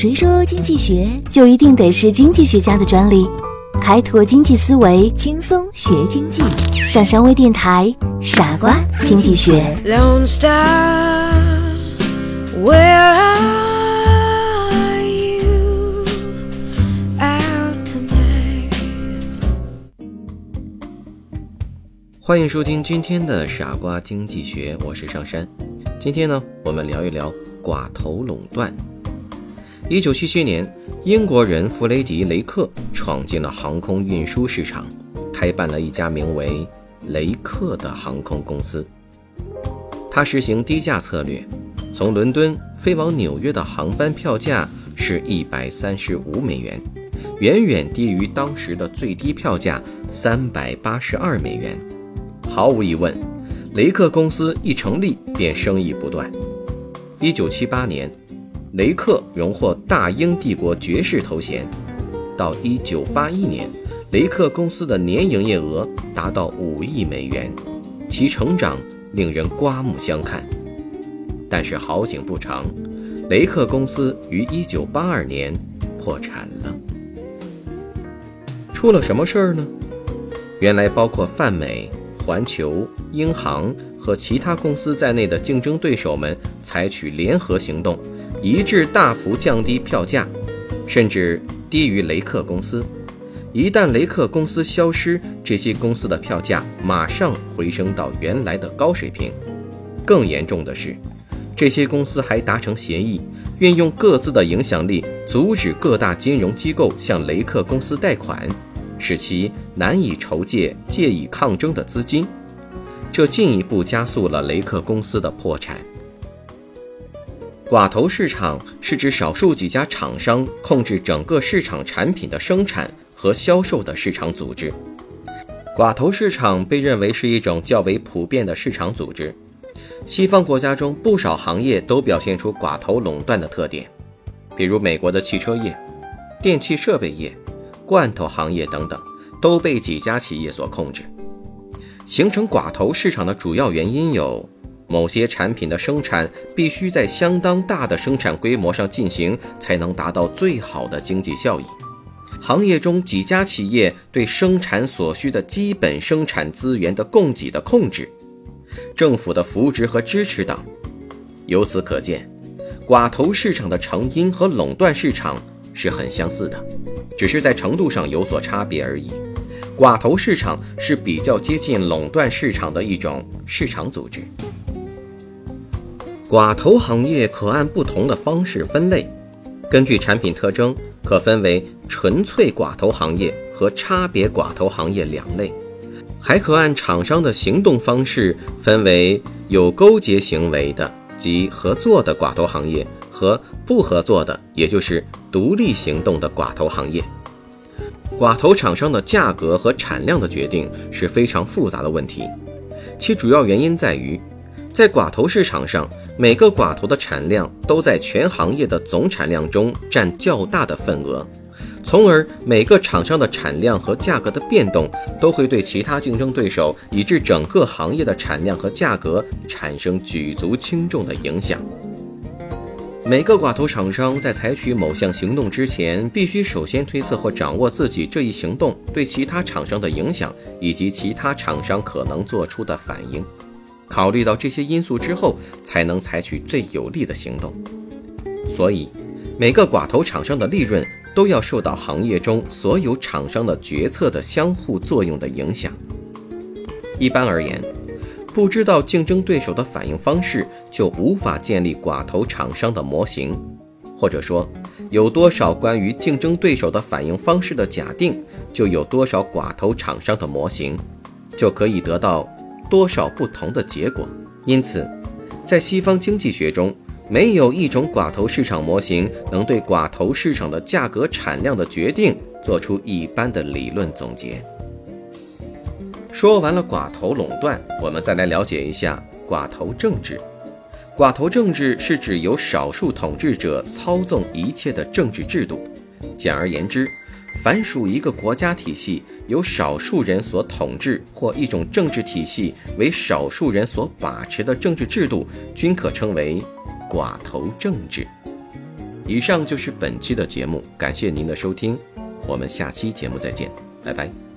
谁说经济学就一定得是经济学家的专利？开拓经济思维， 轻松学经济。 上山微电台，傻瓜经济学。 Lone Star, where are you out tonight? 欢迎收听今天的傻瓜经济学，我是上山。今天呢，我们聊一聊寡头垄断。1977年，英国人弗雷迪·雷克闯进了航空运输市场，开办了一家名为雷克的航空公司。他实行低价策略，从伦敦飞往纽约的航班票价是135美元，远远低于当时的最低票价382美元。毫无疑问，雷克公司一成立便生意不断。1978年，雷克荣获大英帝国爵士头衔。到1981年，雷克公司的年营业额达到5亿美元，其成长令人刮目相看。但是好景不长，雷克公司于1982年破产了。出了什么事儿呢？原来包括泛美、环球、英航和其他公司在内的竞争对手们采取联合行动，一致大幅降低票价，甚至低于雷克公司。一旦雷克公司消失，这些公司的票价马上回升到原来的高水平。更严重的是，这些公司还达成协议，运用各自的影响力，阻止各大金融机构向雷克公司贷款，使其难以筹借借以抗争的资金，这进一步加速了雷克公司的破产。寡头市场是指少数几家厂商控制整个市场产品的生产和销售的市场组织。寡头市场被认为是一种较为普遍的市场组织，西方国家中不少行业都表现出寡头垄断的特点，比如美国的汽车业、电气设备业、罐头行业等等，都被几家企业所控制。形成寡头市场的主要原因有：某些产品的生产必须在相当大的生产规模上进行，才能达到最好的经济效益；行业中几家企业对生产所需的基本生产资源的供给的控制；政府的扶植和支持等。由此可见，寡头市场的成因和垄断市场是很相似的，只是在程度上有所差别而已。寡头市场是比较接近垄断市场的一种市场组织。寡头行业可按不同的方式分类，根据产品特征可分为纯粹寡头行业和差别寡头行业两类，还可按厂商的行动方式分为有勾结行为的即合作的寡头行业和不合作的，也就是独立行动的寡头行业。寡头厂商的价格和产量的决定是非常复杂的问题，其主要原因在于，在寡头市场上，每个寡头的产量都在全行业的总产量中占较大的份额，从而每个厂商的产量和价格的变动都会对其他竞争对手以致整个行业的产量和价格产生举足轻重的影响。每个寡头厂商在采取某项行动之前，必须首先推测或掌握自己这一行动对其他厂商的影响，以及其他厂商可能做出的反应。考虑到这些因素之后，才能采取最有利的行动。所以，每个寡头厂商的利润都要受到行业中所有厂商的决策的相互作用的影响。一般而言，不知道竞争对手的反应方式，就无法建立寡头厂商的模型，或者说，有多少关于竞争对手的反应方式的假定，就有多少寡头厂商的模型，就可以得到多少不同的结果。因此，在西方经济学中，没有一种寡头市场模型能对寡头市场的价格产量的决定做出一般的理论总结。说完了寡头垄断，我们再来了解一下寡头政治。寡头政治是指由少数统治者操纵一切的政治制度。简而言之，凡属一个国家体系由少数人所统治，或一种政治体系为少数人所把持的政治制度，均可称为寡头政治。 以上就是本期的节目，感谢您的收听，我们下期节目再见，拜拜。